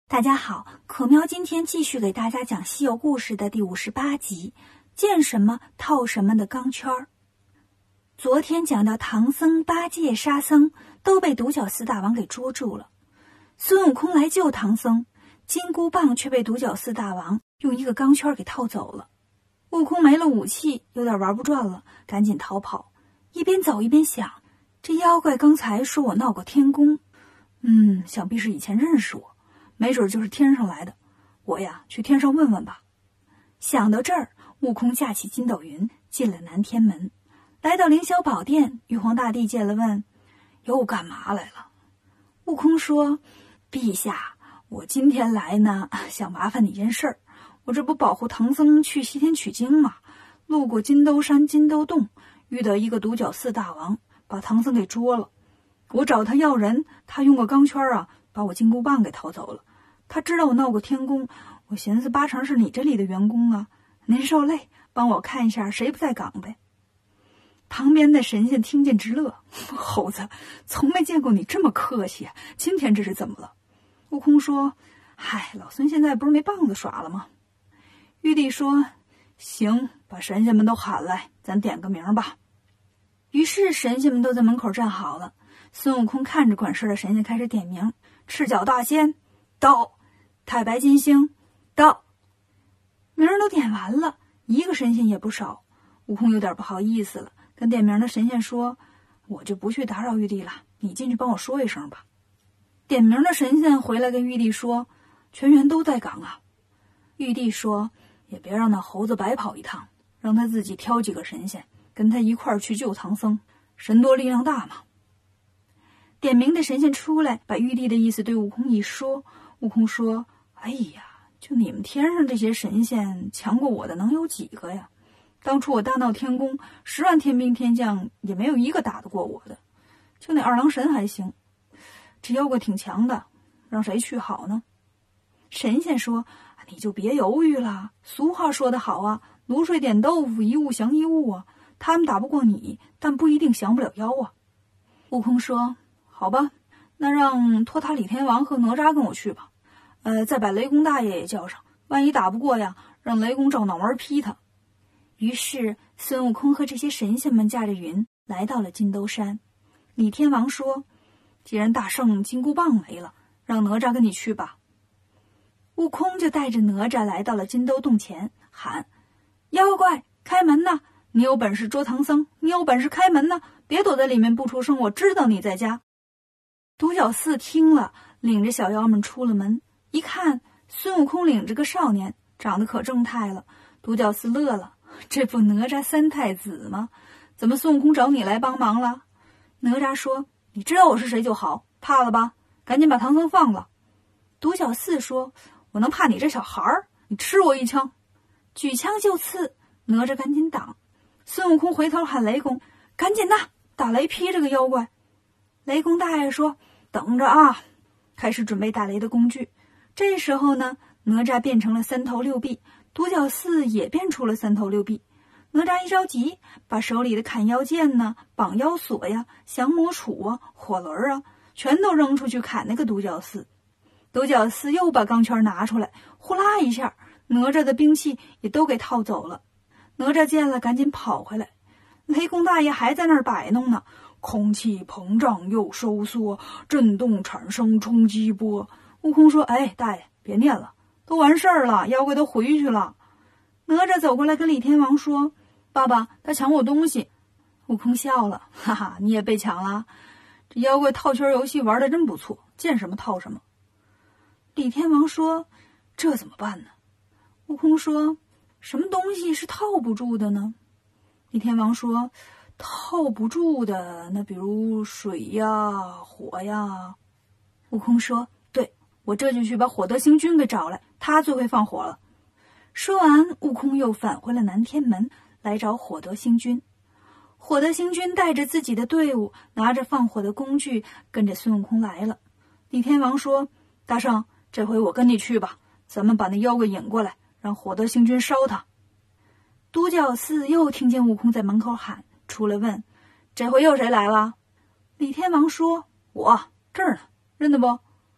大家好，可喵今天继续给大家讲《西游故事》的第58集，见什么套什么的钢圈。昨天讲到唐僧、八戒、沙僧都被独角四大王给捉住了，孙悟空来救唐僧，金箍棒却被独角四大王用一个钢圈给套走了。悟空没了武器，有点玩不转了，赶紧逃跑，一边走一边想，这妖怪刚才说我闹过天宫，想必是以前认识我，没准就是天上来的，我呀去天上问问吧。想到这儿，悟空驾起筋斗云进了南天门，来到凌霄宝殿，玉皇大帝见了问：又干嘛来了？悟空说：陛下，我今天来呢，想麻烦你件事儿。我这不保护唐僧去西天取经吗？路过金兜山金兜洞，遇到一个独角四大王，把唐僧给捉了。我找他要人，他用个钢圈把我金箍棒给套走了。他知道我闹过天宫，我寻思八成是你这里的员工啊，您受累，帮我看一下谁不在岗呗。旁边的神仙听见直乐，猴子，从没见过你这么客气啊，今天这是怎么了？悟空说：嗨，老孙现在不是没棒子耍了吗？玉帝说：行，把神仙们都喊来，咱点个名吧。于是神仙们都在门口站好了，孙悟空看着管事的神仙开始点名：赤脚大仙到，太白金星到。名都点完了，一个神仙也不少。悟空有点不好意思了，跟点名的神仙说：我就不去打扰玉帝了，你进去帮我说一声吧。点名的神仙回来跟玉帝说：全员都在岗啊。玉帝说：也别让那猴子白跑一趟，让他自己挑几个神仙跟他一块儿去救唐僧，神多力量大嘛。点名的神仙出来，把玉帝的意思对悟空一说。悟空说：哎呀，就你们天上这些神仙，强过我的能有几个呀？当初我大闹天宫，10万天兵天将也没有一个打得过我的，就那二郎神还行。这妖怪挺强的，让谁去好呢？神仙说：你就别犹豫了，俗话说得好啊，卤水点豆腐，一物降一物啊。他们打不过你，但不一定降不了妖啊。悟空说：好吧，那让托塔李天王和哪吒跟我去吧。再把雷公大爷也叫上，万一打不过呀，让雷公照脑门劈他。于是孙悟空和这些神仙们驾着云来到了金兜山。李天王说：既然大圣金箍棒没了，让哪吒跟你去吧。悟空就带着哪吒来到了金兜洞前，喊：妖怪开门呐，你有本事捉唐僧，你有本事开门呐，别躲在里面不出声，我知道你在家。独角四听了，领着小妖们出了门，一看孙悟空领着个少年，长得可正太了。独角四乐了，这不哪吒三太子吗？怎么孙悟空找你来帮忙了？哪吒说：你知道我是谁就好，怕了吧？赶紧把唐僧放了。独角四说：我能怕你这小孩儿？你吃我一枪！举枪就刺，哪吒赶紧挡。孙悟空回头喊雷公：赶紧的，打雷劈这个妖怪。雷公大爷说：等着啊！开始准备打雷的工具。这时候呢，哪吒变成了3头6臂，独角四也变出了3头6臂。哪吒一着急，把手里的砍妖剑呢、绑妖锁呀、降魔杵啊、火轮啊，全都扔出去砍那个独角四。独角四又把钢圈拿出来，呼啦一下，哪吒的兵器也都给套走了。哪吒见了，赶紧跑回来。雷公大爷还在那儿摆弄呢，空气膨胀又收缩，震动产生冲击波。悟空说：哎，大爷别念了，都完事儿了，妖怪都回去了。哪吒走过来跟李天王说：爸爸，他抢我东西。悟空笑了：哈哈，你也被抢了？这妖怪套圈游戏玩得真不错，见什么套什么。李天王说：这怎么办呢？悟空说：什么东西是套不住的呢？李天王说：套不住的，那比如水呀、火呀。悟空说：对，我这就去把火德星君给找来，他最会放火了。说完，悟空又返回了南天门，来找火德星君。火德星君带着自己的队伍，拿着放火的工具，跟着孙悟空来了。李天王说：大圣，这回我跟你去吧，咱们把那妖怪引过来，让火德星君烧他。独角四又听见悟空在门口喊，出来问：这回又谁来了？李天王说：我这儿呢，认得不？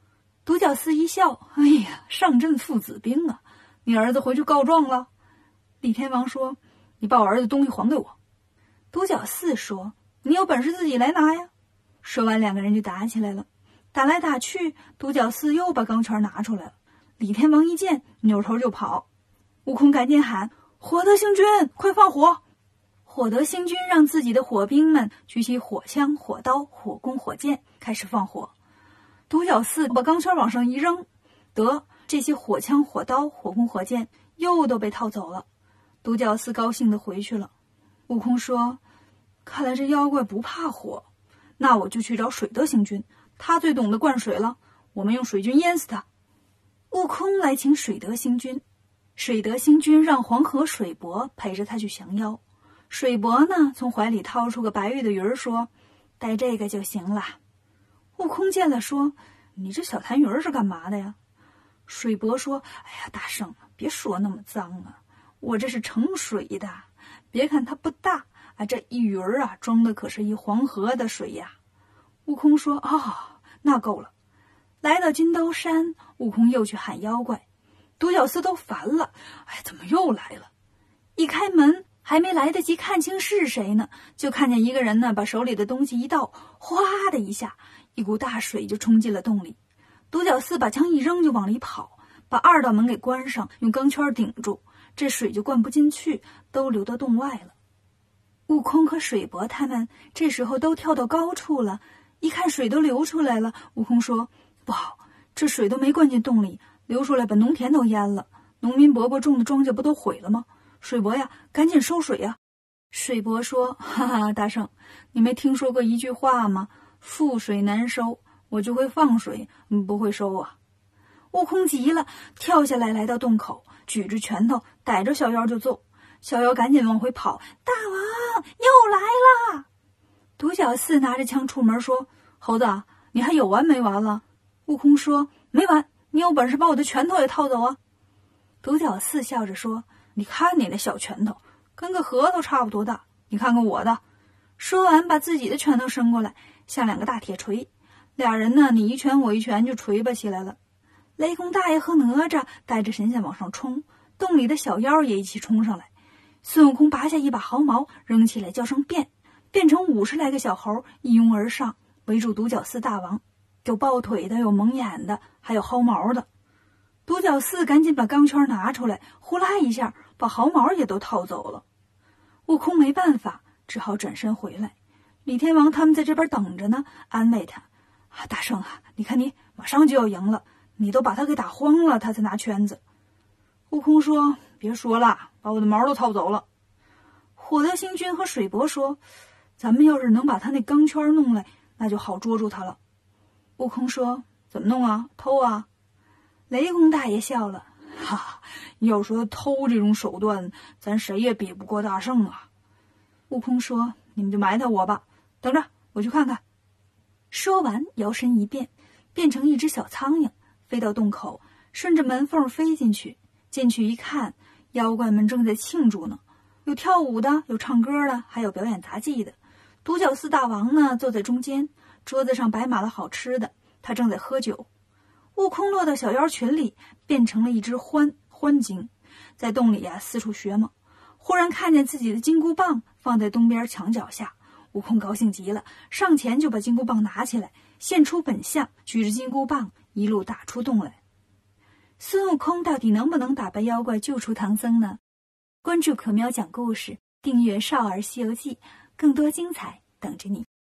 独角四一笑，哎呀，上阵父子兵啊！你儿子回去告状了？李天王说，你把我儿子东西还给我。独角四说，你有本事自己来拿呀。说完，两个人就打起来了。打来打去，独角四又把钢圈拿出来了。李天王一见，扭头就跑。悟空赶紧喊，火德星君，快放火！火德星君让自己的火兵们举起火枪、火刀、火弓、火箭，开始放火。独角四把钢圈往上一扔，得，这些火枪、火刀、火弓、火箭又都被套走了。独角四高兴地回去了。悟空说，看来这妖怪不怕火，那我就去找水德星君，他最懂得灌水了，我们用水军淹死他。悟空来请水德星君，水德星君让黄河水伯陪着他去降妖。水伯呢，从怀里掏出个白玉的鱼儿，说，带这个就行了。悟空见了说，你这小痰鱼儿是干嘛的呀？水伯说，哎呀，大圣，别说那么脏啊，我这是盛水的，别看它不大啊，这一鱼儿啊，装的可是一黄河的水呀。悟空说，那够了。来到金兜山，悟空又去喊妖怪，独角四都烦了，怎么又来了？一开门，还没来得及看清是谁呢，就看见一个人呢，把手里的东西一倒，哗的一下，一股大水就冲进了洞里。独角四把枪一扔就往里跑，把二道门给关上，用钢圈顶住，这水就灌不进去，都流到洞外了。悟空和水伯他们这时候都跳到高处了，一看水都流出来了，悟空说，不好，这水都没灌进洞里，流出来把农田都淹了，农民伯伯种的庄稼不都毁了吗？水伯呀，赶紧收水呀！水伯说，哈哈，大圣，你没听说过一句话吗？覆水难收，我就会放水，不会收啊。悟空急了，跳下来来到洞口，举着拳头逮着小妖就揍。小妖赶紧往回跑，大王又来了。独角四拿着枪出门说，猴子，你还有完没完了？悟空说，没完，你有本事把我的拳头也套走啊。独角四笑着说，你看你那小拳头跟个核桃差不多大，你看看我的。说完把自己的拳头伸过来，像两个大铁锤，俩人呢，你一拳我一拳就锤吧起来了。雷公大爷和哪吒带着神仙往上冲，洞里的小妖也一起冲上来。孙悟空拔下一把毫毛扔起来，叫声变，变成50来个小猴一拥而上，围住独角四大王，有抱腿的，有蒙眼的，还有薅毛的。独角四赶紧把钢圈拿出来，呼啦一下把毫毛也都套走了。悟空没办法，只好转身回来。李天王他们在这边等着呢，安慰他，大圣啊，你看你马上就要赢了，你都把他给打慌了，他才拿圈子。悟空说，别说了，把我的毛都套走了。火德星君和水伯说，咱们要是能把他那钢圈弄来，那就好捉住他了。悟空说，怎么弄啊？偷啊？雷公大爷笑了，要说偷这种手段，咱谁也比不过大圣啊。悟空说，你们就埋汰我吧，等着我去看看。说完摇身一变，变成一只小苍蝇，飞到洞口，顺着门缝飞进去。进去一看，妖怪们正在庆祝呢，有跳舞的，有唱歌的，还有表演杂技的。独角四大王呢，坐在中间，桌子上摆满了好吃的，他正在喝酒。悟空落到小妖群里，变成了一只獾精，在洞里四处学嘛。忽然看见自己的金箍棒放在东边墙角下，悟空高兴极了，上前就把金箍棒拿起来，现出本相，举着金箍棒一路打出洞来。孙悟空到底能不能打败妖怪，救出唐僧呢？关注可喵讲故事，订阅少儿西游记，更多精彩等着你。